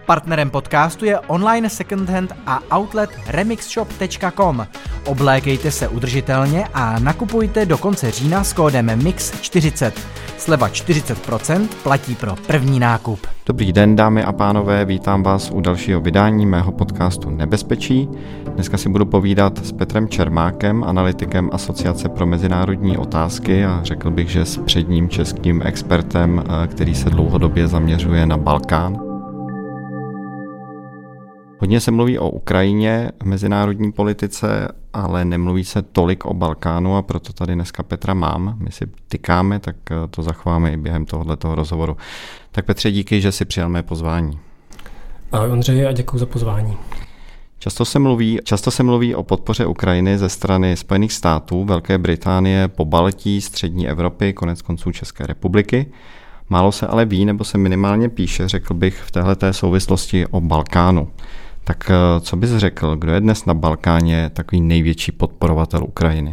Partnerem podcastu je online secondhand a outlet remixshop.com. Oblékejte se udržitelně a nakupujte do konce října s kódem MIX40. Sleva 40% platí pro první nákup. Dobrý den, dámy a pánové, vítám vás u dalšího vydání mého podcastu Nebezpečí. Dneska si budu povídat s Petrem Čermákem, analytikem Asociace pro mezinárodní otázky a řekl bych, že s předním českým expertem, který se dlouhodobě zaměřuje na Balkán. Hodně se mluví o Ukrajině v mezinárodní politice, ale nemluví se tolik o Balkánu a proto tady dneska Petra mám. My si tykáme, tak to zachováme i během tohoto rozhovoru. Tak Petře, díky, že jsi přijal mé pozvání. Ahoj Ondřeji a děkuji za pozvání. Často se mluví o podpoře Ukrajiny ze strany Spojených států, Velké Británie, Pobaltí, střední Evropy, konec konců České republiky. Málo se ale ví, nebo se minimálně píše, řekl bych, v téhleté souvislosti o Balkánu. Tak co bys řekl, kdo je dnes na Balkáně takový největší podporovatel Ukrajiny?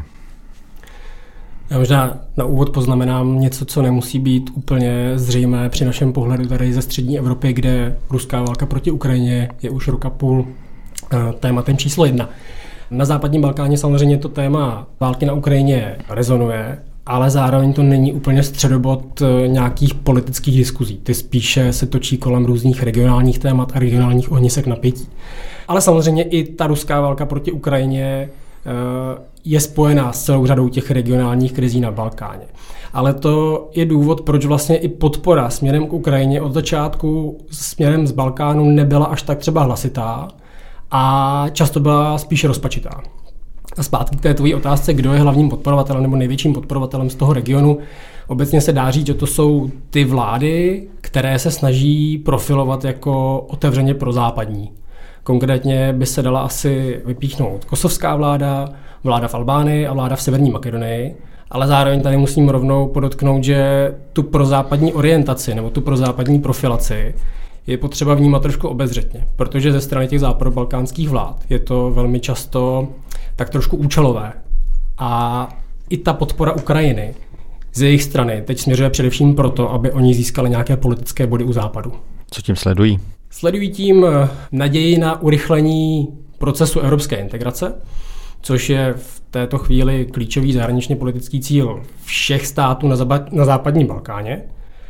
Já možná na úvod poznamenám něco, co nemusí být úplně zřejmé při našem pohledu tady ze střední Evropy, kde ruská válka proti Ukrajině je už rok a půl tématem číslo 1. Na západním Balkáně samozřejmě to téma války na Ukrajině rezonuje, ale zároveň to není úplně středobod nějakých politických diskuzí. Ty spíše se točí kolem různých regionálních témat a regionálních ohnisek napětí. Ale samozřejmě i ta ruská válka proti Ukrajině je spojená s celou řadou těch regionálních krizí na Balkáně. Ale to je důvod, proč vlastně i podpora směrem k Ukrajině od začátku směrem z Balkánu nebyla až tak třeba hlasitá a často byla spíš rozpačitá. A zpátky k té tvojí otázce, kdo je hlavním podporovatelem nebo největším podporovatelem z toho regionu. Obecně se dá říct, že to jsou ty vlády, které se snaží profilovat jako otevřeně prozápadní. Konkrétně by se dala asi vypíchnout kosovská vláda, vláda v Albánii a vláda v Severní Makedonii, ale zároveň tady musím rovnou podotknout, že tu prozápadní orientaci nebo tu prozápadní profilaci je potřeba vnímat trošku obezřetně, protože ze strany těch západobalkánských vlád je to velmi často tak trošku účelové. A i ta podpora Ukrajiny z jejich strany teď směřuje především proto, aby oni získali nějaké politické body u západu. Co tím sledují? Sledují tím naději na urychlení procesu evropské integrace, což je v této chvíli klíčový zahraničně politický cíl všech států na západním Balkáně.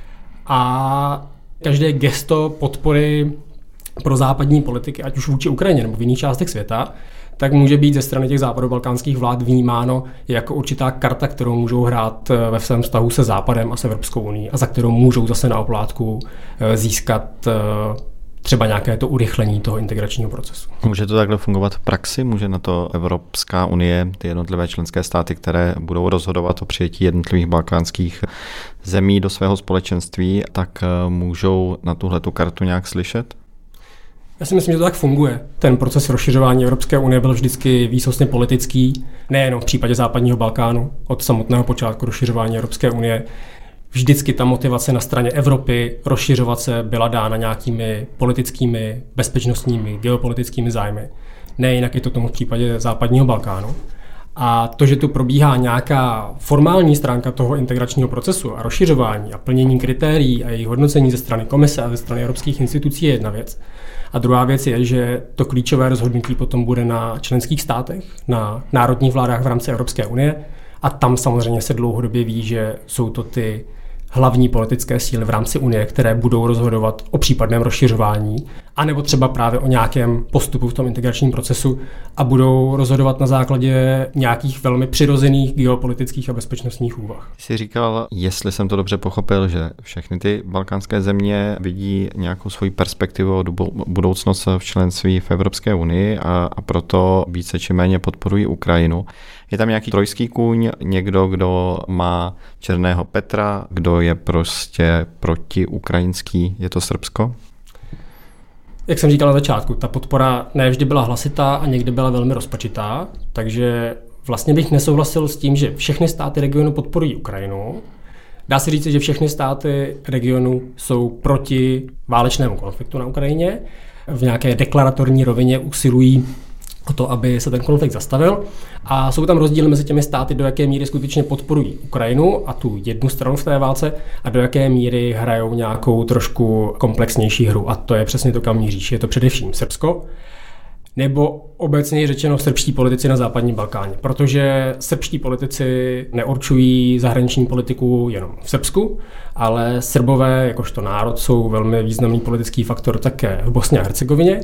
A každé gesto podpory pro západní politiky, ať už vůči Ukrajině nebo v jiných částech světa, tak může být ze strany těch západobalkánských vlád vnímáno jako určitá karta, kterou můžou hrát ve svém vztahu se Západem a s Evropskou unií a za kterou můžou zase na oplátku získat třeba nějaké to urychlení toho integračního procesu. Může to takhle fungovat v praxi? Může na to Evropská unie, ty jednotlivé členské státy, které budou rozhodovat o přijetí jednotlivých balkánských zemí do svého společenství, tak můžou na tuhletu kartu nějak slyšet? Já si myslím, že to tak funguje. Ten proces rozšiřování Evropské unie byl vždycky výsostně politický, nejenom v případě západního Balkánu. Od samotného počátku rozšiřování Evropské unie vždycky ta motivace na straně Evropy rozšiřovat se byla dána nějakými politickými, bezpečnostními, geopolitickými zájmy. Nejinak je to tomu v případě západního Balkánu. A to, že tu probíhá nějaká formální stránka toho integračního procesu a rozšiřování a plnění kritérií a jejich hodnocení ze strany komise a ze strany evropských institucí je jedna věc. A druhá věc je, že to klíčové rozhodnutí potom bude na členských státech, na národních vládách v rámci Evropské unie a tam samozřejmě se dlouhodobě ví, že jsou to ty hlavní politické síly v rámci Unie, které budou rozhodovat o případném rozšiřování, anebo třeba právě o nějakém postupu v tom integračním procesu a budou rozhodovat na základě nějakých velmi přirozených geopolitických a bezpečnostních úvah. Jsi říkal, jestli jsem to dobře pochopil, že všechny ty balkánské země vidí nějakou svoji perspektivu o budoucnost v členství v Evropské unii a proto více či méně podporují Ukrajinu. Je tam nějaký trojský kůň, někdo, kdo má černého Petra, kdo je prostě protiukrajinský, je to Srbsko? Jak jsem říkal na začátku, ta podpora ne vždy byla hlasitá a někdy byla velmi rozpačitá, takže vlastně bych nesouhlasil s tím, že všechny státy regionu podporují Ukrajinu. Dá se říct, že všechny státy regionu jsou proti válečnému konfliktu na Ukrajině. V nějaké deklaratorní rovině usilují o to, aby se ten konflikt zastavil. A jsou tam rozdíly mezi těmi státy, do jaké míry skutečně podporují Ukrajinu a tu jednu stranu v té válce a do jaké míry hrajou nějakou trošku komplexnější hru. A to je přesně to, kam míříš. Je to především Srbsko, nebo obecně řečeno srbští politici na západním Balkáně. Protože srbští politici neurčují zahraniční politiku jenom v Srbsku, ale Srbové, jakožto národ, jsou velmi významný politický faktor také v Bosně a Hercegovině,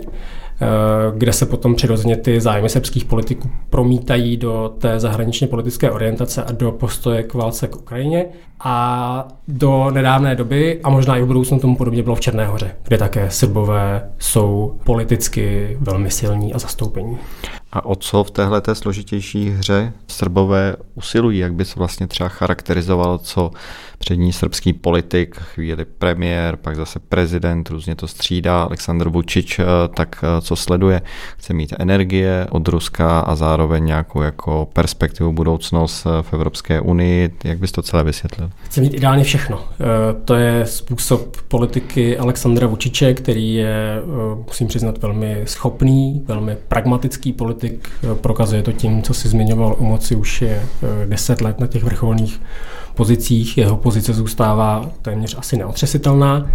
kde se potom přirozeně ty zájmy srbských politiků promítají do té zahraničně politické orientace a do postoje k válce k Ukrajině. A do nedávné doby, a možná i v budoucnu tomu podobně bylo v Černé Hoře, kde také Srbové jsou politicky velmi silní a zastoupení. A o co v téhleté složitější hře Srbové usilují? Jak by se vlastně třeba charakterizoval, co přední srbský politik, chvíli premiér, pak zase prezident, různě to střídá, Aleksandr Vučić, tak co sleduje? Chce mít energie od Ruska a zároveň nějakou jako perspektivu budoucnost v Evropské unii. Jak bys to celé vysvětlil? Chce mít ideálně všechno. To je způsob politiky Aleksandra Vučiće, který je, musím přiznat, velmi schopný, velmi pragmatický politik. Prokazuje to tím, co si zmiňoval, u moci už je 10 let na těch vrcholných pozicích. Jeho pozice zůstává téměř asi neotřesitelná.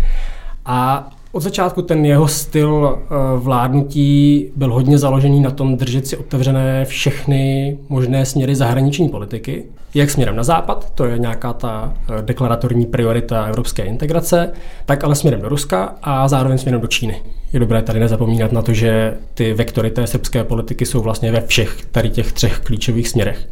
A od začátku ten jeho styl vládnutí byl hodně založený na tom držet si otevřené všechny možné směry zahraniční politiky. Jak směrem na západ, to je nějaká ta deklaratorní priorita evropské integrace, tak ale směrem do Ruska a zároveň směrem do Číny. Je dobré tady nezapomínat na to, že ty vektory té srbské politiky jsou vlastně ve všech tady těch 3 klíčových směrech.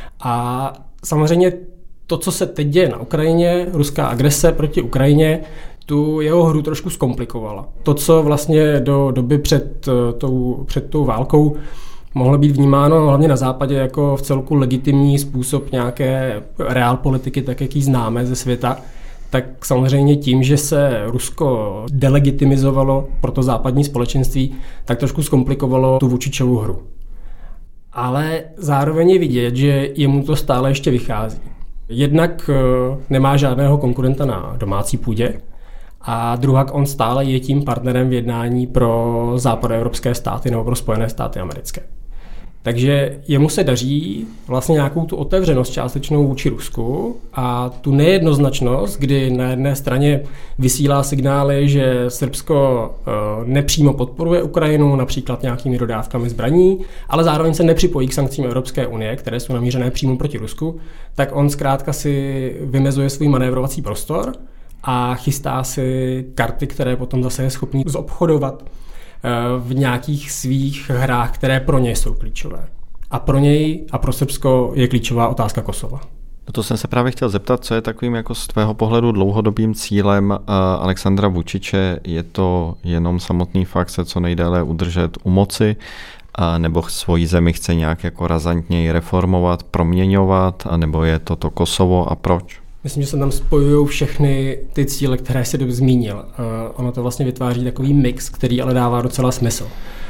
A samozřejmě to, co se teď děje na Ukrajině, ruská agrese proti Ukrajině, tu jeho hru trošku zkomplikovala. To, co vlastně do doby před tou válkou mohlo být vnímáno hlavně na západě jako v celku legitimní způsob nějaké realpolitiky, tak jak ji známe ze světa, tak samozřejmě tím, že se Rusko delegitimizovalo pro to západní společenství, tak trošku zkomplikovalo tu Vučićovu hru. Ale zároveň je vidět, že jemu to stále ještě vychází. Jednak nemá žádného konkurenta na domácí půdě, a druhak on stále je tím partnerem v jednání pro západoevropské státy nebo pro Spojené státy americké. Takže jemu se daří vlastně nějakou tu otevřenost částečnou vůči Rusku a tu nejednoznačnost, kdy na jedné straně vysílá signály, že Srbsko nepřímo podporuje Ukrajinu, například nějakými dodávkami zbraní, ale zároveň se nepřipojí k sankcím Evropské unie, které jsou namířené přímo proti Rusku, tak on zkrátka si vymezuje svůj manévrovací prostor a chystá si karty, které potom zase je schopný zobchodovat v nějakých svých hrách, které pro něj jsou klíčové. A pro něj a pro Srbsko je klíčová otázka Kosova. To jsem se právě chtěl zeptat, co je takovým jako z tvého pohledu dlouhodobým cílem Aleksandra Vučiće? Je to jenom samotný fakt se co nejdéle udržet u moci, nebo svoji zemi chce nějak jako razantněji reformovat, proměňovat, nebo je to Kosovo a proč? Myslím, že se tam spojují všechny ty cíle, které jsi zmínil. Ono to vlastně vytváří takový mix, který ale dává docela smysl.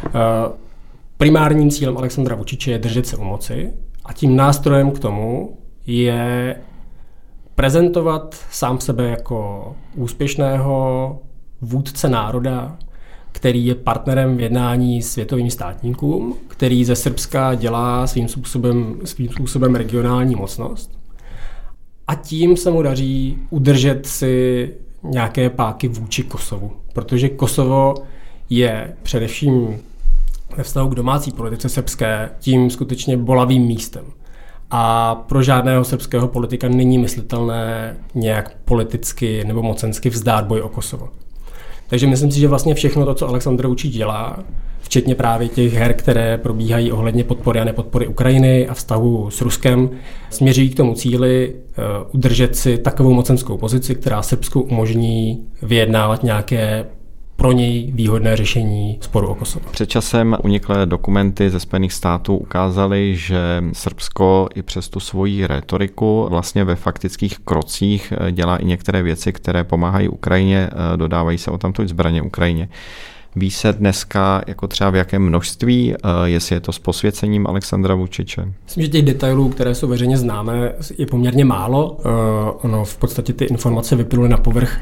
Primárním cílem Aleksandra Vučiće je držet se u moci a tím nástrojem k tomu je prezentovat sám sebe jako úspěšného vůdce národa, který je partnerem v jednání světovým státníkům, který ze Srbska dělá svým způsobem regionální mocnost. A tím se mu daří udržet si nějaké páky vůči Kosovu. Protože Kosovo je především ve vztahu k domácí politice srbské tím skutečně bolavým místem. A pro žádného srbského politika není myslitelné nějak politicky nebo mocensky vzdát boj o Kosovo. Takže myslím si, že vlastně všechno to, co Aleksandr Vučić dělá, včetně právě těch her, které probíhají ohledně podpory a nepodpory Ukrajiny a vztahu s Ruskem, směří k tomu cíli udržet si takovou mocenskou pozici, která Srbsku umožní vyjednávat nějaké pro něj výhodné řešení sporu o Kosovo. Před časem uniklé dokumenty ze Spojených států ukázaly, že Srbsko i přes tu svoji rétoriku vlastně ve faktických krocích dělá i některé věci, které pomáhají Ukrajině, dodávají se odtamtud zbraně Ukrajině. Ví se dneska jako třeba v jakém množství, jestli je to s posvěcením Aleksandra Vučiće? Myslím, že těch detailů, které jsou veřejně známé, je poměrně málo. Ono v podstatě ty informace vyplynuly na povrch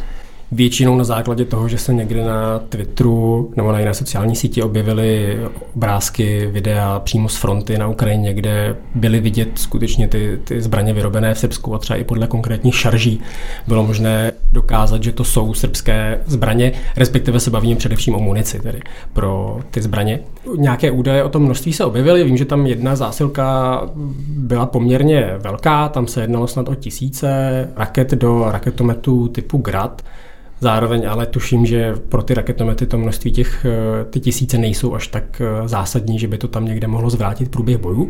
Většinou na základě toho, že se někde na Twitteru nebo na jiné sociální síti objevily obrázky, videa přímo z fronty na Ukrajině, kde byly vidět skutečně ty zbraně vyrobené v Srbsku a třeba i podle konkrétních šarží bylo možné dokázat, že to jsou srbské zbraně, respektive se bavíme především o munici tedy pro ty zbraně. Nějaké údaje o tom množství se objevily, vím, že tam jedna zásilka byla poměrně velká, tam se jednalo snad o 1000 raket do raketometů typu Grad. Zároveň ale tuším, že pro ty raketomety to množství ty 1000 nejsou až tak zásadní, že by to tam někde mohlo zvrátit průběh bojů.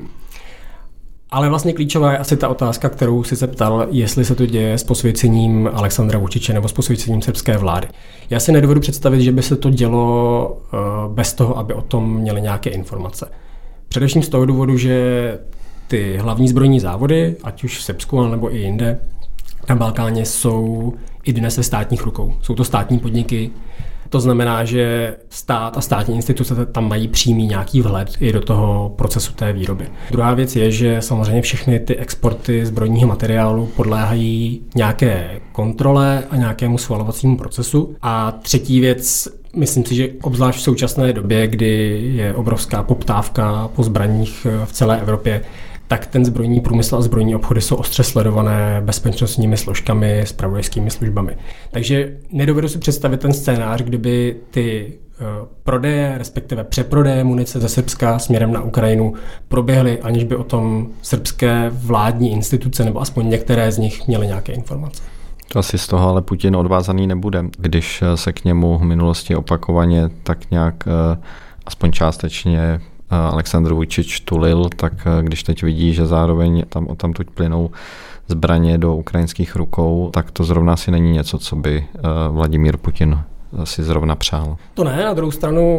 Ale vlastně klíčová je asi ta otázka, kterou si se ptal, jestli se to děje s posvěcením Alexandra Vučiče nebo s posvěcením srbské vlády. Já si nedovedu představit, že by se to dělo bez toho, aby o tom měli nějaké informace. Především z toho důvodu, že ty hlavní zbrojní závody, ať už v Srbsku nebo i jinde, na Balkáně jsou i dnes ve státních rukou. Jsou to státní podniky, to znamená, že stát a státní instituce tam mají přímý nějaký vhled i do toho procesu té výroby. Druhá věc je, že samozřejmě všechny ty exporty zbrojního materiálu podléhají nějaké kontrole a nějakému schvalovacímu procesu. A třetí věc, myslím si, že obzvlášť v současné době, kdy je obrovská poptávka po zbraních v celé Evropě, tak ten zbrojní průmysl a zbrojní obchody jsou ostře sledované bezpečnostními složkami, zpravodajskými službami. Takže nedovedu si představit ten scénář, kdyby ty prodeje, respektive přeprodeje munice ze Srbska směrem na Ukrajinu proběhly, aniž by o tom srbské vládní instituce nebo aspoň některé z nich měly nějaké informace. To asi z toho ale Putin odvázaný nebude, když se k němu v minulosti opakovaně tak nějak aspoň částečně Aleksandr Vučič tulil, tak když teď vidí, že zároveň tamtud plynou zbraně do ukrajinských rukou, tak to zrovna asi není něco, co by Vladimír Putin asi zrovna přál. To ne, na druhou stranu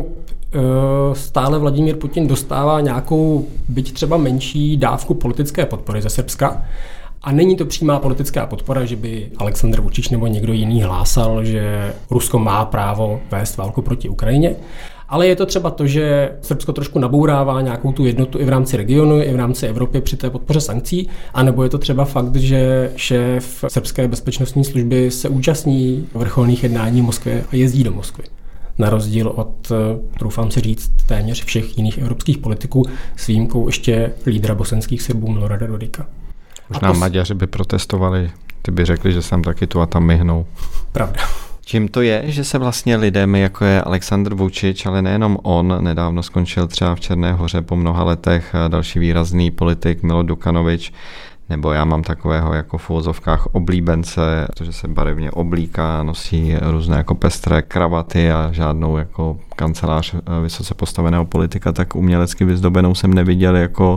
stále Vladimír Putin dostává nějakou, byť třeba menší dávku politické podpory ze Srbska. A není to přímá politická podpora, že by Aleksandr Vučič nebo někdo jiný hlásal, že Rusko má právo vést válku proti Ukrajině. Ale je to třeba to, že Srbsko trošku nabourává nějakou tu jednotu i v rámci regionu, i v rámci Evropy při té podpoře sankcí, anebo je to třeba fakt, že šéf srbské bezpečnostní služby se účastní vrcholných jednání v Moskvě a jezdí do Moskvy. Na rozdíl od, troufám si říct, téměř všech jiných evropských politiků s výjimkou ještě lídra bosenských Srbů Milorada Dodika. Možná Maďaři by protestovali, ty by řekli, že sem taky tu a tam myhnou. Pravda. Čím to je, že se vlastně lidem, jako je Aleksandr Vučič, ale nejenom on, nedávno skončil třeba v Černé Hoře po mnoha letech další výrazný politik Milo Đukanovič, nebo já mám takového jako v uvozovkách oblíbence, protože se barevně oblíká, nosí různé jako pestré kravaty a žádnou jako kancelář vysoce postaveného politika tak umělecky vyzdobenou jsem neviděl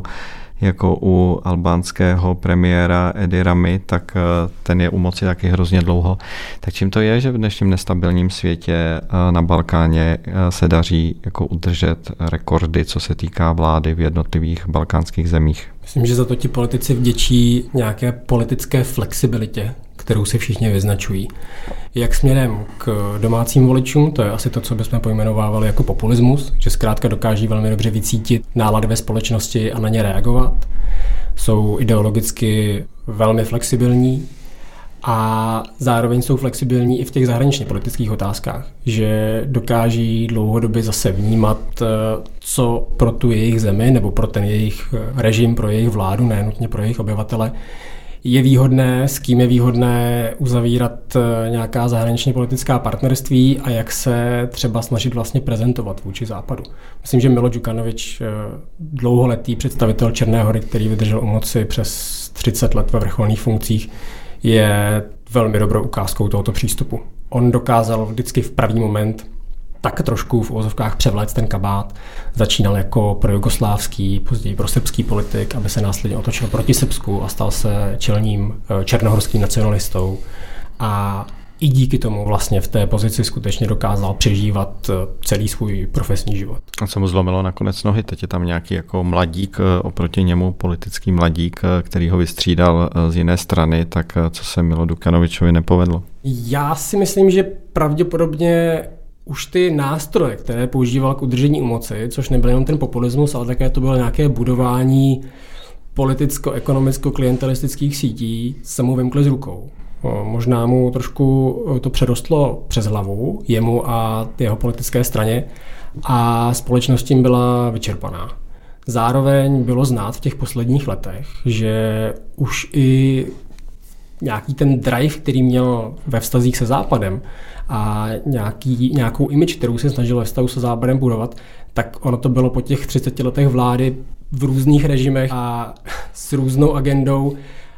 jako u albánského premiéra Edi Ramy, tak ten je u moci taky hrozně dlouho. Tak čím to je, že v dnešním nestabilním světě na Balkáně se daří jako udržet rekordy, co se týká vlády v jednotlivých balkánských zemích? Myslím, že za to ti politici vděčí nějaké politické flexibilitě, kterou si všichni vyznačují. Jak směrem k domácím voličům, to je asi to, co bychom pojmenovávali jako populismus, že zkrátka dokáží velmi dobře vycítit nálady ve společnosti a na ně reagovat. Jsou ideologicky velmi flexibilní a zároveň jsou flexibilní i v těch zahraničně politických otázkách, že dokáží dlouhodobě zase vnímat, co pro tu jejich zemi nebo pro ten jejich režim, pro jejich vládu, nenutně pro jejich obyvatele, je výhodné, s kým je výhodné uzavírat nějaká zahraničně politická partnerství a jak se třeba snažit vlastně prezentovat vůči západu. Myslím, že Milo Đukanovič, dlouholetý představitel Černé Hory, který vydržel u moci přes 30 let ve vrcholných funkcích, je velmi dobrou ukázkou tohoto přístupu. On dokázal vždycky v pravý moment tak trošku v uvozovkách převléct ten kabát. Začínal jako projugoslávský, později prosrbský politik, aby se následně otočil proti Srbsku a stal se čelním černohorským nacionalistou. A i díky tomu vlastně v té pozici skutečně dokázal přežívat celý svůj profesní život. A co mu zlomilo nakonec nohy? Teď je tam nějaký jako mladík oproti němu, politický mladík, který ho vystřídal z jiné strany, tak co se Milo Đukanovičovi nepovedlo? Já si myslím, že pravděpodobně už ty nástroje, které používal k udržení u moci, což nebyl jenom ten populismus, ale také to bylo nějaké budování politicko-ekonomicko-klientelistických sítí, se mu vymkly z rukou. Možná mu trošku to přerostlo přes hlavu, jemu a jeho politické straně, a společnost tím byla vyčerpaná. Zároveň bylo znát v těch posledních letech, že už i nějaký ten drive, který měl ve vztazích se Západem a nějakou image, kterou se snažil ve vztahu se Západem budovat, tak ono to bylo po těch 30 letech vlády v různých režimech a s různou agendou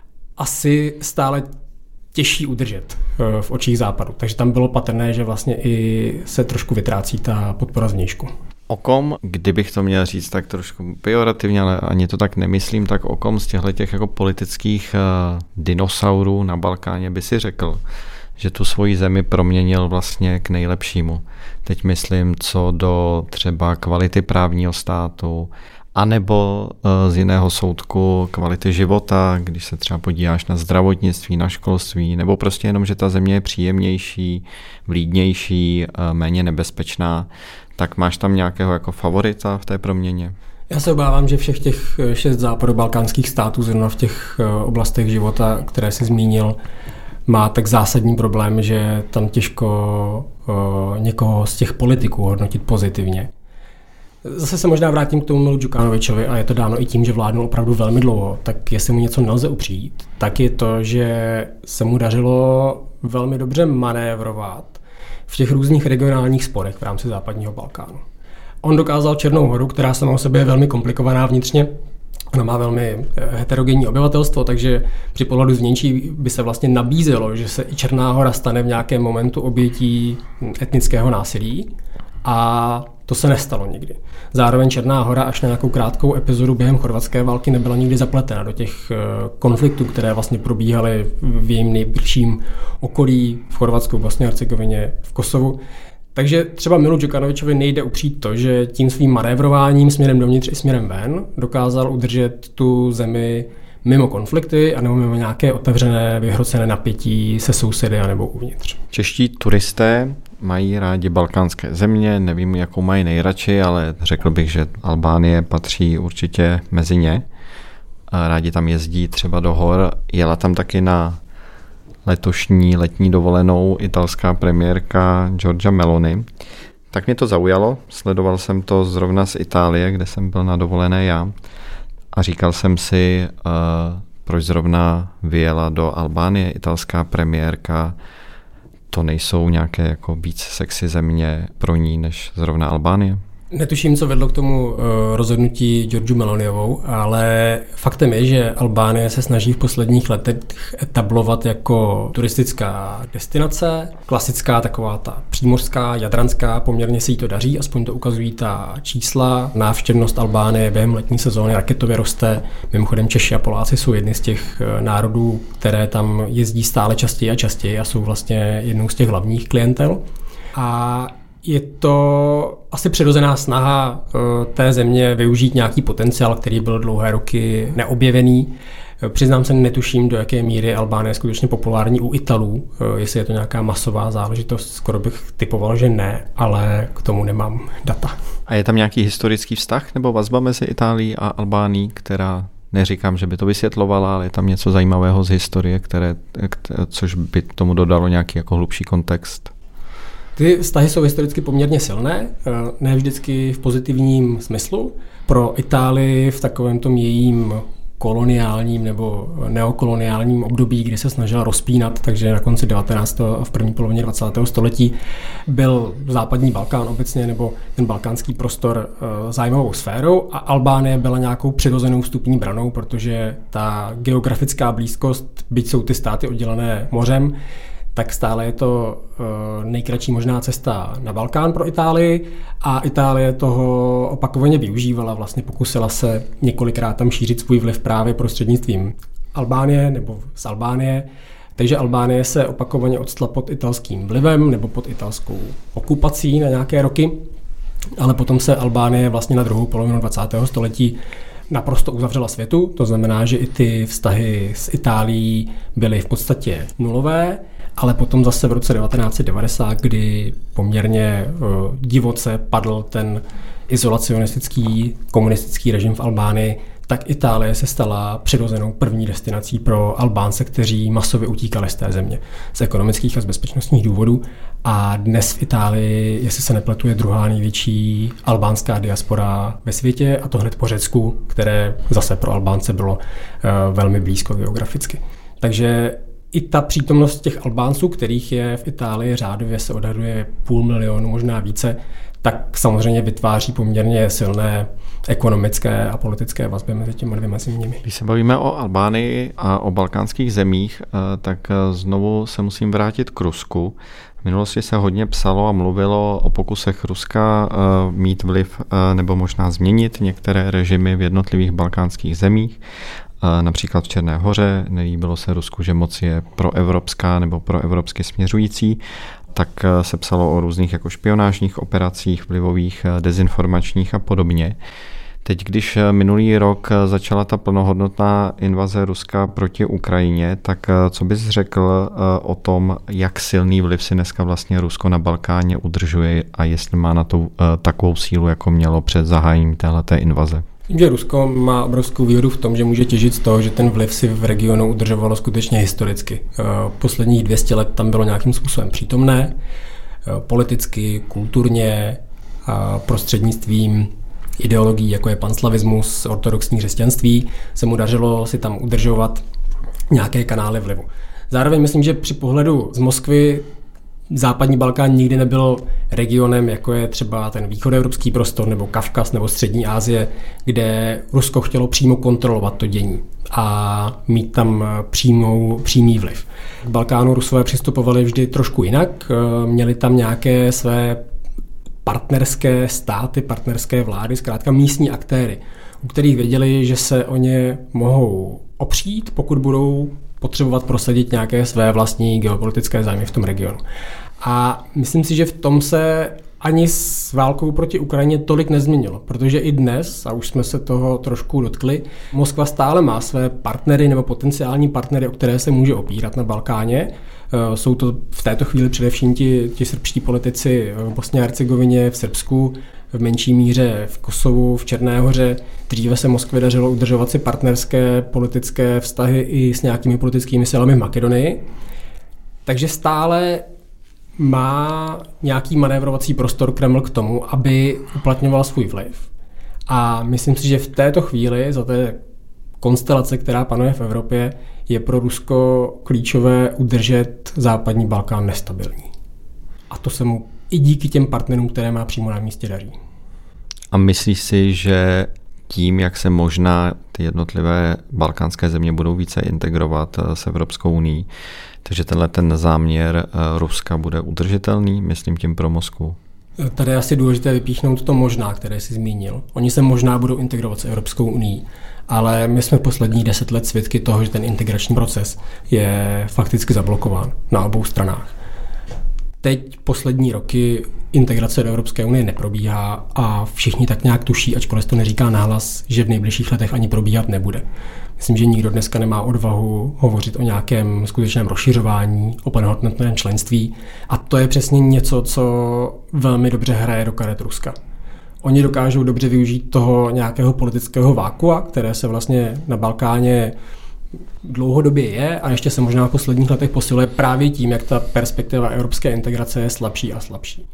asi stále těžší udržet v očích Západu. Takže tam bylo patrné, že vlastně i se trošku vytrácí ta podpora zvnějšku. O kom, kdybych to měl říct tak trošku pejorativně, ale ani to tak nemyslím, tak o kom z těch jako politických dinosaurů na Balkáně by si řekl, že tu svoji zemi proměnil vlastně k nejlepšímu. Teď myslím, co do třeba kvality právního státu, anebo z jiného soudku kvality života, když se třeba podíváš na zdravotnictví, na školství, nebo prostě jenom, že ta země je příjemnější, vlídnější, méně nebezpečná, tak máš tam nějakého jako favorita v té proměně? Já se obávám, že všech těch 6 západobalkánských států zrovna v těch oblastech života, které jsi zmínil, má tak zásadní problém, že tam těžko někoho z těch politiků hodnotit pozitivně. Zase se možná vrátím k tomu Milu Đukanovičovi, a je to dáno i tím, že vládnul opravdu velmi dlouho, tak jestli mu něco nelze upřít, tak je to, že se mu dařilo velmi dobře manévrovat v těch různých regionálních sporech v rámci západního Balkánu. On dokázal Černou Horu, která sama o sobě je velmi komplikovaná vnitřně, ona má velmi heterogenní obyvatelstvo, takže při pohledu zvnější by se vlastně nabízelo, že se i Černá Hora stane v nějakém momentu obětí etnického násilí, a to se nestalo nikdy. Zároveň Černá Hora až na nějakou krátkou epizodu během chorvatské války nebyla nikdy zapletena do těch konfliktů, které vlastně probíhaly v jejím nejbližším okolí, v Chorvatsku, v Bosně a Hercegovině, v Kosovu. Takže třeba Milu Đukanovičovi nejde upřít to, že tím svým manévrováním směrem dovnitř i směrem ven dokázal udržet tu zemi mimo konflikty a nebo mimo nějaké otevřené, vyhrocené napětí se sousedy a nebo uvnitř. Čeští turisté mají rádi balkánské země, nevím, jakou mají nejradši, ale řekl bych, že Albánie patří určitě mezi ně. Rádi tam jezdí třeba do hor. Jela tam taky na letošní letní dovolenou italská premiérka Giorgia Meloni. Tak mě to zaujalo, sledoval jsem to zrovna z Itálie, kde jsem byl na dovolené já, a říkal jsem si, proč zrovna vyjela do Albánie italská premiérka. To nejsou nějaké jako víc sexy země pro ní než zrovna Albánie? Netuším, co vedlo k tomu rozhodnutí Giorgiu Meloniovou, ale faktem je, že Albánie se snaží v posledních letech etablovat jako turistická destinace, klasická taková ta přímořská, jadranská, poměrně se jí to daří, aspoň to ukazují ta čísla. Návštěvnost Albánie během letní sezóny raketově roste. Mimochodem Češi a Poláci jsou jedny z těch národů, které tam jezdí stále častěji a častěji a jsou vlastně jednou z těch hlavních klientel. A je to asi přirozená snaha té země využít nějaký potenciál, který byl dlouhé roky neobjevený. Přiznám se, netuším, do jaké míry Albánie je skutečně populární u Italů, jestli je to nějaká masová záležitost, skoro bych typoval, že ne, ale k tomu nemám data. A je tam nějaký historický vztah nebo vazba mezi Itálií a Albánií, která, neříkám, že by to vysvětlovala, ale je tam něco zajímavého z historie, což by tomu dodalo nějaký jako hlubší kontext? Ty vztahy jsou historicky poměrně silné, ne vždycky v pozitivním smyslu. Pro Itálii v takovém tom jejím koloniálním nebo neokoloniálním období, kdy se snažila rozpínat, takže na konci 19. a v první polovině 20. století byl západní Balkán obecně nebo ten balkánský prostor zájmovou sférou a Albánie byla nějakou přirozenou vstupní branou, protože ta geografická blízkost, byť jsou ty státy oddělené mořem, tak stále je to nejkratší možná cesta na Balkán pro Itálii a Itálie toho opakovaně využívala. Vlastně pokusila se několikrát tam šířit svůj vliv právě prostřednictvím Albánie nebo z Albánie. Takže Albánie se opakovaně odstla pod italským vlivem nebo pod italskou okupací na nějaké roky, ale potom se Albánie vlastně na druhou polovinu 20. století naprosto uzavřela světu, to znamená, že i ty vztahy s Itálií byly v podstatě nulové, ale potom zase v roce 1990, kdy poměrně divoce padl ten izolacionistický komunistický režim v Albánii, tak Itálie se stala přirozenou první destinací pro Albánce, kteří masově utíkali z té země z ekonomických a z bezpečnostních důvodů. A dnes v Itálii, jestli se nepletu, je druhá největší albánská diaspora ve světě, a to hned po Řecku, které zase pro Albánce bylo velmi blízko geograficky. Takže i ta přítomnost těch Albánců, kterých je v Itálii řádově se odhaduje 500 000, možná více, tak samozřejmě vytváří poměrně silné ekonomické a politické vazby mezi těmi dvěma zeměmi. Když se bavíme o Albánii a o balkánských zemích, tak znovu se musím vrátit k Rusku. V minulosti se hodně psalo a mluvilo o pokusech Ruska mít vliv nebo možná změnit některé režimy v jednotlivých balkánských zemích. Například v Černé Hoře nelíbilo se Rusku, že moc je proevropská nebo proevropsky směřující, tak se psalo o různých jako špionážních operacích, vlivových, dezinformačních a podobně. Teď, když minulý rok začala ta plnohodnotná invaze Ruska proti Ukrajině, tak co bys řekl o tom, jak silný vliv si dneska vlastně Rusko na Balkáně udržuje a jestli má na to takovou sílu, jako mělo před zahájením téhleté invaze? Myslím, že Rusko má obrovskou výhodu v tom, že může těžit z toho, že ten vliv si v regionu udržovalo skutečně historicky. Posledních 200 let tam bylo nějakým způsobem přítomné, politicky, kulturně, prostřednictvím ideologií, jako je panslavismus, ortodoxní křesťanství, se mu dařilo si tam udržovat nějaké kanály vlivu. Zároveň myslím, že při pohledu z Moskvy západní Balkán nikdy nebyl regionem, jako je třeba ten východoevropský prostor nebo Kavkaz nebo Střední Asie, kde Rusko chtělo přímo kontrolovat to dění a mít tam přímý vliv. K Balkánu Rusové přistupovali vždy trošku jinak, měli tam nějaké své partnerské státy, partnerské vlády, zkrátka místní aktéry, u kterých věděli, že se o ně mohou opřít, pokud budou potřebovat prosadit nějaké své vlastní geopolitické zájmy v tom regionu. A myslím si, že v tom se ani s válkou proti Ukrajině tolik nezměnilo, protože i dnes, a už jsme se toho trošku dotkli, Moskva stále má své partnery nebo potenciální partnery, o které se může opírat na Balkáně. Jsou to v této chvíli především ti srbští politici v Bosně a Hercegovině, v Srbsku, v menší míře v Kosovu, v Černé Hoře. Dříve se Moskvě dařilo udržovat si partnerské politické vztahy i s nějakými politickými silami v Makedonii. Takže stále má nějaký manévrovací prostor Kreml k tomu, aby uplatňoval svůj vliv. A myslím si, že v této chvíli, za té konstelace, která panuje v Evropě, je pro Rusko klíčové udržet západní Balkán nestabilní. A to se mu i díky těm partnerům, které má přímo na místě, daří. A myslíš si, že tím, jak se možná ty jednotlivé balkánské země budou více integrovat s Evropskou unií, takže ten záměr Ruska bude udržitelný, myslím tím pro Moskvu? Tady je asi důležité vypíchnout to možná, které jsi zmínil. Oni se možná budou integrovat s Evropskou unií, ale my jsme posledních 10 let svědky toho, že ten integrační proces je fakticky zablokován na obou stranách. Teď poslední roky integrace do Evropské unie neprobíhá a všichni tak nějak tuší, ačkoliv to neříká nahlas, že v nejbližších letech ani probíhat nebude. Myslím, že nikdo dneska nemá odvahu hovořit o nějakém skutečném rozšiřování, o plnohodnotném členství, a to je přesně něco, co velmi dobře hraje do karet Ruska. Oni dokážou dobře využít toho nějakého politického vákua, které se vlastně na Balkáně dlouhodobě je a ještě se možná v posledních letech posiluje právě tím, jak ta perspektiva evropské integrace je slabší a slabší.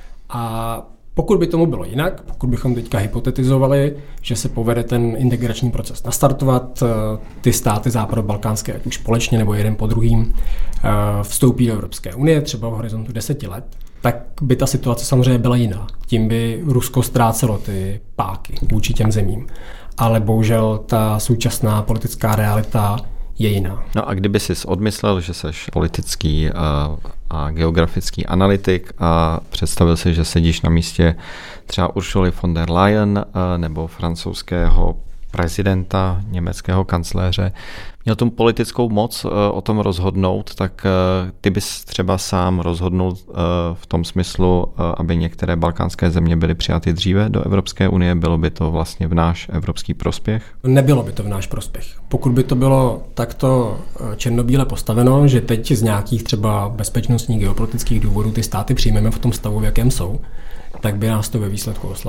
A pokud by tomu bylo jinak, pokud bychom teďka hypotetizovali, že se povede ten integrační proces nastartovat, ty státy západobalkánské, ať už společně nebo jeden po druhým, vstoupí do Evropské unie, třeba v horizontu 10 let, tak by ta situace samozřejmě byla jiná. Tím by Rusko ztrácelo ty páky vůči těm zemím. Ale bohužel ta současná politická realita je jiná. No a kdyby jsi odmyslel, že jsi politický a geografický analytik a představil si, že sedíš na místě třeba Ursuly von der Leyen nebo francouzského prezidenta, německého kancléře, měl tu politickou moc o tom rozhodnout, tak ty bys třeba sám rozhodnul v tom smyslu, aby některé balkánské země byly přijaty dříve do Evropské unie, bylo by to vlastně v náš evropský prospěch? Nebylo by to v náš prospěch. Pokud by to bylo takto černobíle postaveno, že teď z nějakých třeba bezpečnostních geopolitických důvodů ty státy přijmeme v tom stavu, v jakém jsou, tak by nás to ve výsledku oslabilo.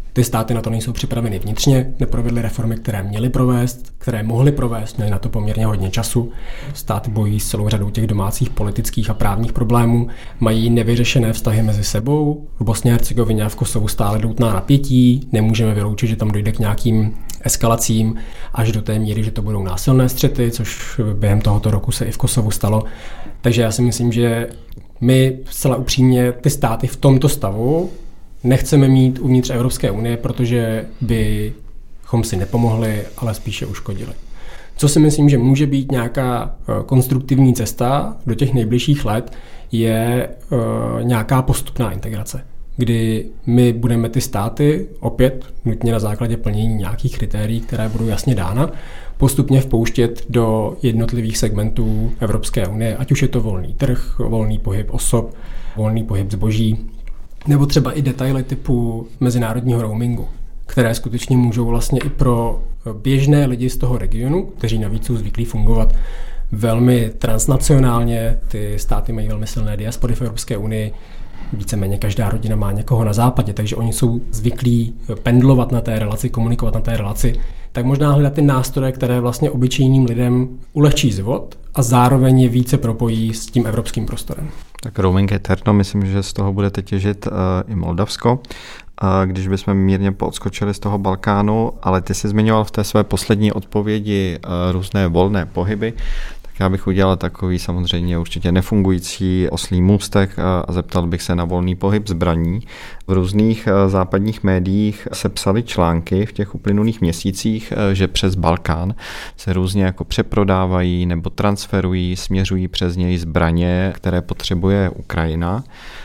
Ty státy na to nejsou připraveny vnitřně, neprovedly reformy, které měly provést, které mohly provést, měly na to poměrně hodně času. Státy bojí s celou řadou těch domácích politických a právních problémů, mají nevyřešené vztahy mezi sebou. V Bosně a Hercegovině a v Kosovu stále doutná napětí, nemůžeme vyloučit, že tam dojde k nějakým eskalacím až do té míry, že to budou násilné střety, což během tohoto roku se i v Kosovu stalo. Takže já si myslím, že my zcela upřímně ty státy v tomto stavu nechceme mít uvnitř Evropské unie, protože bychom si nepomohli, ale spíše uškodili. Co si myslím, že může být nějaká konstruktivní cesta do těch nejbližších let, je nějaká postupná integrace, kdy my budeme ty státy, opět nutně na základě plnění nějakých kritérií, které budou jasně dána, postupně vpouštět do jednotlivých segmentů Evropské unie, ať už je to volný trh, volný pohyb osob, volný pohyb zboží, nebo třeba i detaily typu mezinárodního roamingu, které skutečně můžou vlastně i pro běžné lidi z toho regionu, kteří navíc jsou zvyklí fungovat velmi transnacionálně, ty státy mají velmi silné diaspory v Evropské unii, víceméně každá rodina má někoho na západě, takže oni jsou zvyklí pendlovat na té relaci, komunikovat na té relaci, tak možná hledat ty nástroje, které vlastně obyčejným lidem ulehčí život a zároveň je více propojí s tím evropským prostorem. Tak roaming eterno, myslím, že z toho budete těžit i Moldavsko, když bychom mírně poodskočili z toho Balkánu, ale ty jsi zmiňoval v té své poslední odpovědi různé volné pohyby. Já bych udělal takový samozřejmě určitě nefungující oslí můstek a zeptal bych se na volný pohyb zbraní. V různých západních médiích se psaly články v těch uplynulých měsících, že přes Balkán se různě jako přeprodávají nebo transferují, směřují přes něj zbraně, které potřebuje Ukrajina.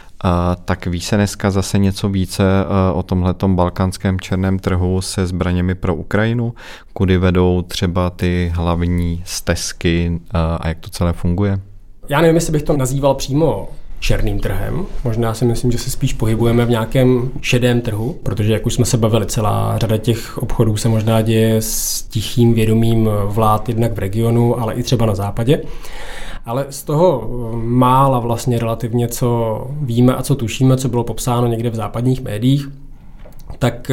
Tak ví se dneska zase něco více o tomhletom balkánském černém trhu se zbraněmi pro Ukrajinu, kudy vedou třeba ty hlavní stezky a jak to celé funguje? Já nevím, jestli bych to nazýval přímo černým trhem. Možná si myslím, že se spíš pohybujeme v nějakém šedém trhu, protože jak už jsme se bavili, celá řada těch obchodů se možná děje s tichým vědomím vlád jednak v regionu, ale i třeba na západě. Ale z toho mála vlastně relativně, co víme a co tušíme, co bylo popsáno někde v západních médiích, tak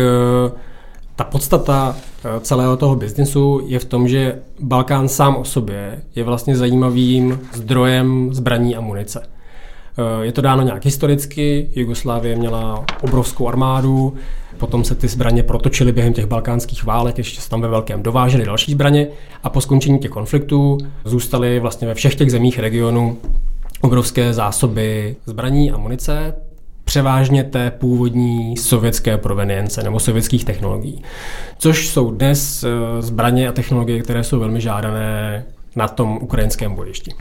ta podstata celého toho biznesu je v tom, že Balkán sám o sobě je vlastně zajímavým zdrojem zbraní a munice. Je to dáno nějak historicky, Jugoslávie měla obrovskou armádu, potom se ty zbraně protočily během těch balkánských válek, ještě se tam ve velkém dovážely další zbraně a po skončení těch konfliktů zůstaly vlastně ve všech těch zemích regionu obrovské zásoby zbraní a munice, převážně té původní sovětské provenience nebo sovětských technologií, což jsou dnes zbraně a technologie, které jsou velmi žádané na tom ukrajinském bojišti.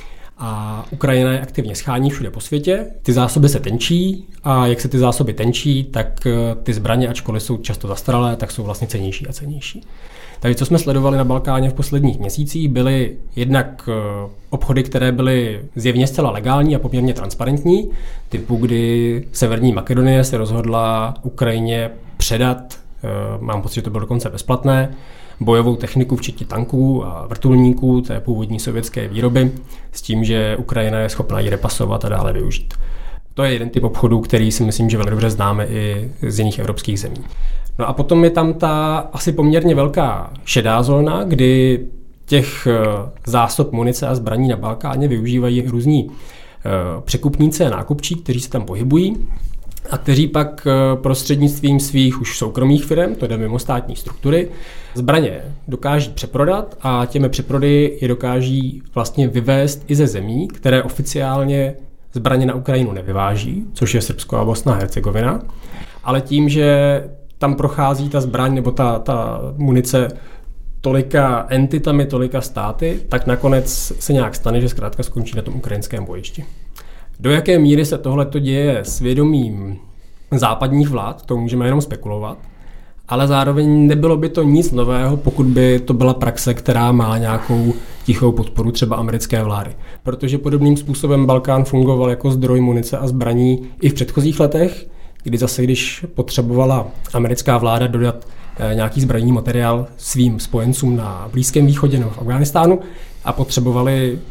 A Ukrajina je aktivně schání všude po světě, ty zásoby se tenčí a jak se ty zásoby tenčí, tak ty zbraně, ačkoliv jsou často zastaralé, tak jsou vlastně cennější a cennější. Takže co jsme sledovali na Balkáně v posledních měsících, byly jednak obchody, které byly zjevně zcela legální a poměrně transparentní, typu kdy Severní Makedonie se rozhodla Ukrajině předat, mám pocit, že to bylo dokonce bezplatné, bojovou techniku, včetně tanků a vrtulníků té původní sovětské výroby, s tím, že Ukrajina je schopná ji repasovat a dále využít. To je jeden typ obchodů, který si myslím, že velmi dobře známe i z jiných evropských zemí. No a potom je tam ta asi poměrně velká šedá zóna, kdy těch zásob munice a zbraní na Balkáně využívají různí překupníci a nákupčí, kteří se tam pohybují a kteří pak prostřednictvím svých už soukromých firm, to jde mimo státní struktury, zbraně dokáží přeprodat a těmi přeprodeji je dokáží vlastně vyvést i ze zemí, které oficiálně zbraně na Ukrajinu nevyváží, což je Srbsko a Bosna a Hercegovina, ale tím, že tam prochází ta zbraň nebo ta munice tolika entitami, tolika státy, tak nakonec se nějak stane, že zkrátka skončí na tom ukrajinském bojišti. Do jaké míry se tohleto děje s vědomím západních vlád, to můžeme jenom spekulovat, ale zároveň nebylo by to nic nového, pokud by to byla praxe, která má nějakou tichou podporu třeba americké vlády. Protože podobným způsobem Balkán fungoval jako zdroj munice a zbraní i v předchozích letech, kdy zase, když potřebovala americká vláda dodat nějaký zbrojní materiál svým spojencům na Blízkém východě nebo v Afghánistánu a potřebovali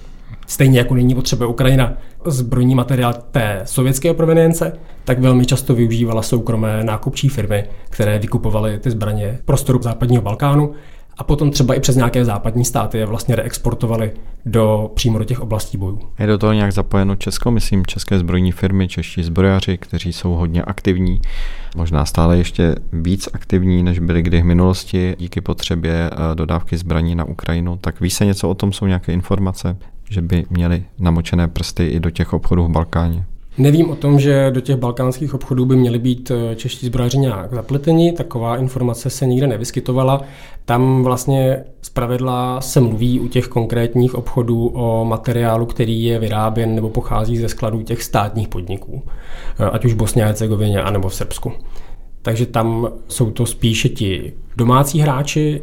Stejně jako nyní potřebuje Ukrajina zbrojní materiál té sovětské provenience, tak velmi často využívala soukromé nákupčí firmy, které vykupovaly ty zbraně v prostoru západního Balkánu a potom třeba i přes nějaké západní státy je vlastně reexportovali přímo do těch oblastí bojů. Je do toho nějak zapojeno Česko, myslím české zbrojní firmy, čeští zbrojaři, kteří jsou hodně aktivní, možná stále ještě víc aktivní, než byli kdy v minulosti díky potřebě dodávky zbraní na Ukrajinu. Tak ví se něco o tom, jsou nějaké informace, že by měli namočené prsty i do těch obchodů v Balkáně? Nevím o tom, že do těch balkánských obchodů by měli být čeští zbrojaři nějak zapleteni, taková informace se nikde nevyskytovala. Tam vlastně zpravidla se mluví u těch konkrétních obchodů o materiálu, který je vyráběn nebo pochází ze skladů těch státních podniků, ať už v Bosně a Hercegovině, anebo v Srbsku. Takže tam jsou to spíše ti domácí hráči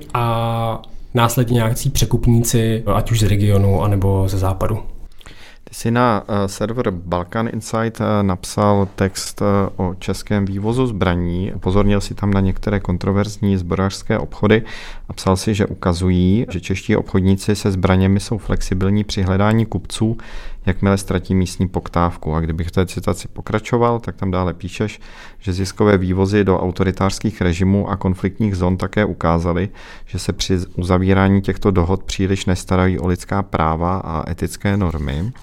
a následně nějakí překupníci, ať už z regionu, anebo ze západu. Ty jsi na server Balkan Insight napsal text o českém vývozu zbraní. Upozornil si tam na některé kontroverzní zbrojařské obchody a psal si, že ukazují, že čeští obchodníci se zbraněmi jsou flexibilní při hledání kupců, jakmile ztratí místní poptávku. A kdybych v té citaci pokračoval, tak tam dále píšeš, že ziskové vývozy do autoritářských režimů a konfliktních zón také ukázaly, že se při uzavírání těchto dohod příliš nestarají o lidská práva a etické normy.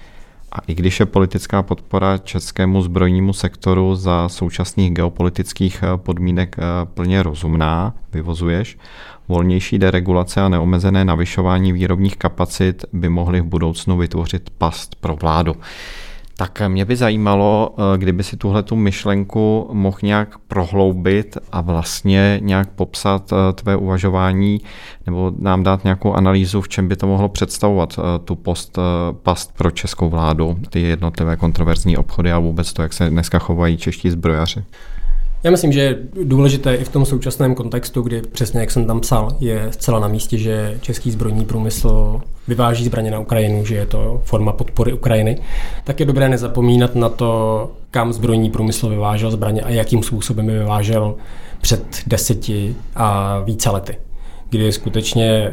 A i když je politická podpora českému zbrojnímu sektoru za současných geopolitických podmínek plně rozumná, vyvozuješ, volnější deregulace a neomezené navyšování výrobních kapacit by mohly v budoucnu vytvořit past pro vládu. Tak mě by zajímalo, kdyby si tuhletu myšlenku mohl nějak prohloubit a vlastně nějak popsat tvé uvažování nebo nám dát nějakou analýzu, v čem by to mohlo představovat tu past pro českou vládu, ty jednotlivé kontroverzní obchody a vůbec to, jak se dneska chovají čeští zbrojaři. Já myslím, že je důležité i v tom současném kontextu, kdy přesně jak jsem tam psal, je zcela na místě, že český zbrojní průmysl vyváží zbraně na Ukrajinu, že je to forma podpory Ukrajiny, tak je dobré nezapomínat na to, kam zbrojní průmysl vyvážel zbraně a jakým způsobem je vyvážel před 10 a více lety, kdy skutečně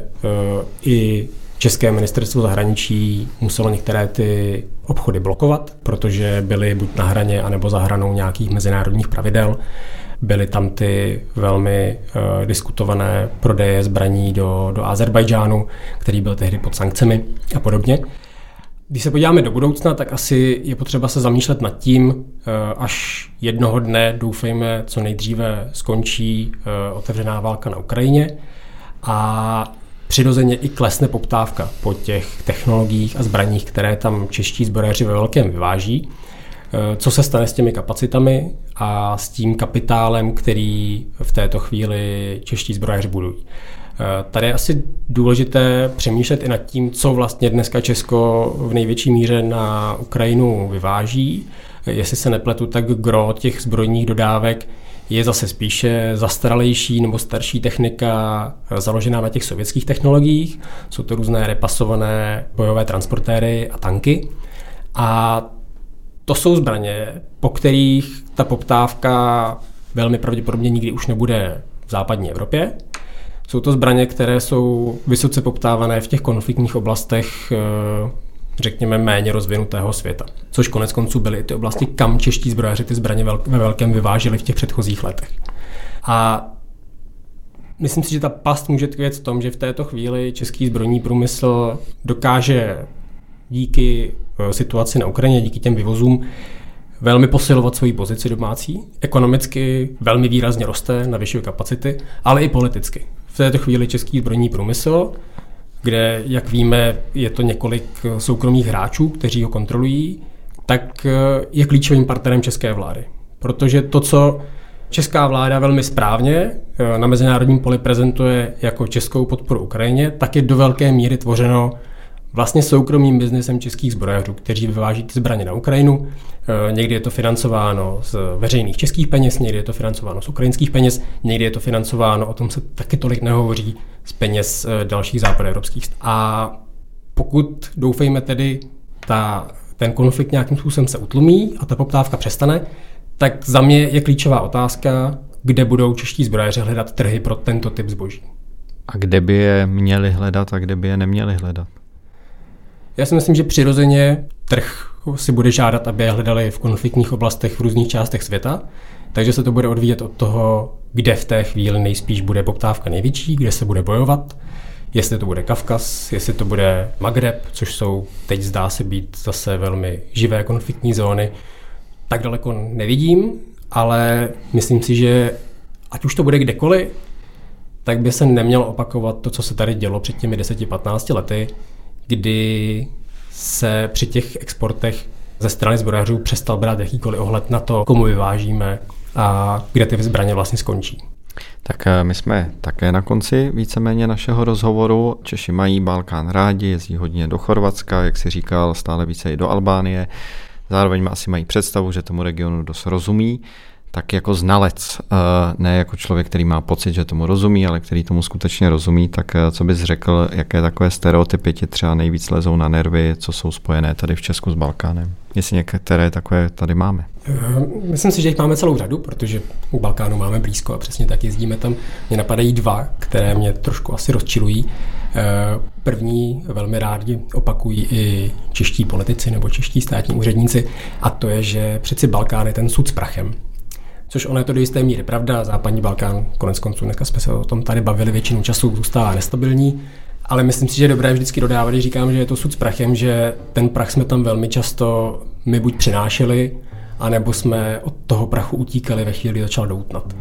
i České ministerstvo zahraničí muselo některé ty obchody blokovat, protože byly buď na hraně, anebo za hranou nějakých mezinárodních pravidel. Byly tam ty velmi diskutované prodeje zbraní do Azerbajdžánu, který byl tehdy pod sankcemi a podobně. Když se podíváme do budoucna, tak asi je potřeba se zamýšlet nad tím, až jednoho dne, doufejme, co nejdříve skončí otevřená válka na Ukrajině a přirozeně i klesne poptávka po těch technologiích a zbraních, které tam čeští zbrojaři ve velkém vyváží. Co se stane s těmi kapacitami a s tím kapitálem, který v této chvíli čeští zbrojaři budují. Tady je asi důležité přemýšlet i nad tím, co vlastně dneska Česko v největší míře na Ukrajinu vyváží. Jestli se nepletu, tak gro těch zbrojních dodávek je zase spíše zastaralejší nebo starší technika založená na těch sovětských technologiích. Jsou to různé repasované bojové transportéry a tanky. A to jsou zbraně, po kterých ta poptávka velmi pravděpodobně nikdy už nebude v západní Evropě. Jsou to zbraně, které jsou vysoce poptávané v těch konfliktních oblastech, řekněme, méně rozvinutého světa. Což konec konců byly i ty oblasti, kam čeští zbrojaři ty zbraně ve velkém vyváželi v těch předchozích letech. A myslím si, že ta past může tkvět v tom, že v této chvíli český zbrojní průmysl dokáže díky situaci na Ukrajině, díky těm vyvozům, velmi posilovat svoji pozici domácí. Ekonomicky velmi výrazně roste, navyšuje kapacity, ale i politicky. V této chvíli český zbrojní průmysl, kde, jak víme, je to několik soukromých hráčů, kteří ho kontrolují, tak je klíčovým partnerem české vlády. Protože to, co česká vláda velmi správně na mezinárodním poli prezentuje jako českou podporu Ukrajině, tak je do velké míry tvořeno vlastně soukromým biznesem českých zbrojařů, kteří vyváží ty zbraně na Ukrajinu. Někdy je to financováno z veřejných českých peněz, někdy je to financováno z ukrajinských peněz, někdy je to financováno, o tom se taky tolik nehovoří, z peněz dalších západoevropských. A pokud doufejme tedy, ten konflikt nějakým způsobem se utlumí a ta poptávka přestane, tak za mě je klíčová otázka, kde budou čeští zbrojaři hledat trhy pro tento typ zboží. A kde by je měli hledat a kde by je neměli hledat? Já si myslím, že přirozeně trh si bude žádat, aby je hledali v konfliktních oblastech v různých částech světa, takže se to bude odvíjet od toho, kde v té chvíli nejspíš bude poptávka největší, kde se bude bojovat, jestli to bude Kavkaz, jestli to bude Magreb, což jsou teď zdá se být zase velmi živé konfliktní zóny. Tak daleko nevidím, ale myslím si, že ať už to bude kdekoliv, tak by se nemělo opakovat to, co se tady dělo před těmi 10-15 lety, kdy se při těch exportech ze strany zbrojařů přestal brát jakýkoliv ohled na to, komu vyvážíme a kde ty zbraně vlastně skončí. Tak my jsme také na konci víceméně našeho rozhovoru. Češi mají Balkán rádi, jezdí hodně do Chorvatska, jak si říkal, stále více i do Albánie. Zároveň asi mají představu, že tomu regionu dost rozumí. Tak jako znalec, ne jako člověk, který má pocit, že tomu rozumí, ale který tomu skutečně rozumí, tak co bys řekl, jaké takové stereotypy ti třeba nejvíc lezou na nervy, co jsou spojené tady v Česku s Balkánem? Jestli některé takové tady máme. Myslím si, že jich máme celou řadu, protože u Balkánu máme blízko a přesně tak jezdíme tam. Mě napadají dva, které mě trošku asi rozčilují. První velmi rádi opakují i čeští politici nebo čeští státní úředníci, a to je, že přeci Balkán je ten sud s prachem. Což ono je to do jisté míry pravda, západní Balkán, konec konců, dneska jsme se o tom tady bavili, většinu času zůstává nestabilní, ale myslím si, že je dobré vždycky dodávat, když říkám, že je to sud s prachem, že ten prach jsme tam velmi často my buď přinášeli, anebo jsme od toho prachu utíkali ve chvíli, kdy začal doutnat.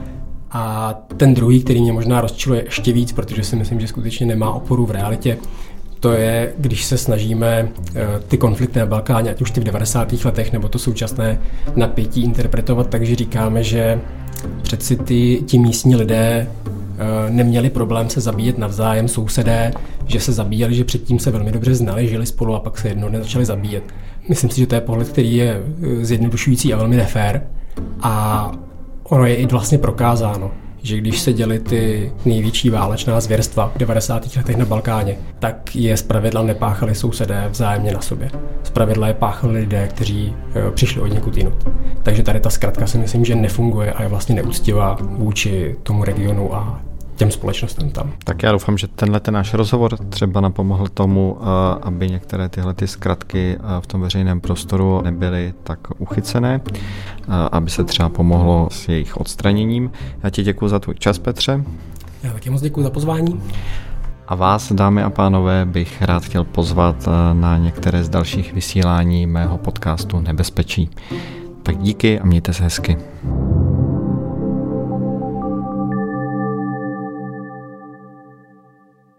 A ten druhý, který mě možná rozčiluje ještě víc, protože si myslím, že skutečně nemá oporu v realitě, to je, když se snažíme ty konflikty na Balkáně, ať už ty v 90. letech, nebo to současné napětí interpretovat, takže říkáme, že přeci ti místní lidé neměli problém se zabíjet navzájem, sousedé, že se zabíjeli, že předtím se velmi dobře znali, žili spolu a pak se jednou nezačali zabíjet. Myslím si, že to je pohled, který je zjednodušující a velmi nefér. A ono je i vlastně prokázáno, že když se děly ty největší válečná zvěrstva v 90. letech na Balkáně, tak je zpravidla nepáchali sousedé vzájemně na sobě. Zpravidla je páchali lidé, kteří přišli od někud jinut. Takže tady ta zkratka si myslím, že nefunguje a je vlastně neúctivá vůči tomu regionu a těm společnostem tam. Tak já doufám, že tenhle náš rozhovor třeba napomohl tomu, aby některé tyhle zkratky v tom veřejném prostoru nebyly tak uchycené, aby se třeba pomohlo s jejich odstraněním. Já ti děkuji za tvůj čas, Petře. Já taky moc děkuji za pozvání. A vás, dámy a pánové, bych rád chtěl pozvat na některé z dalších vysílání mého podcastu Nebezpečí. Tak díky a mějte se hezky.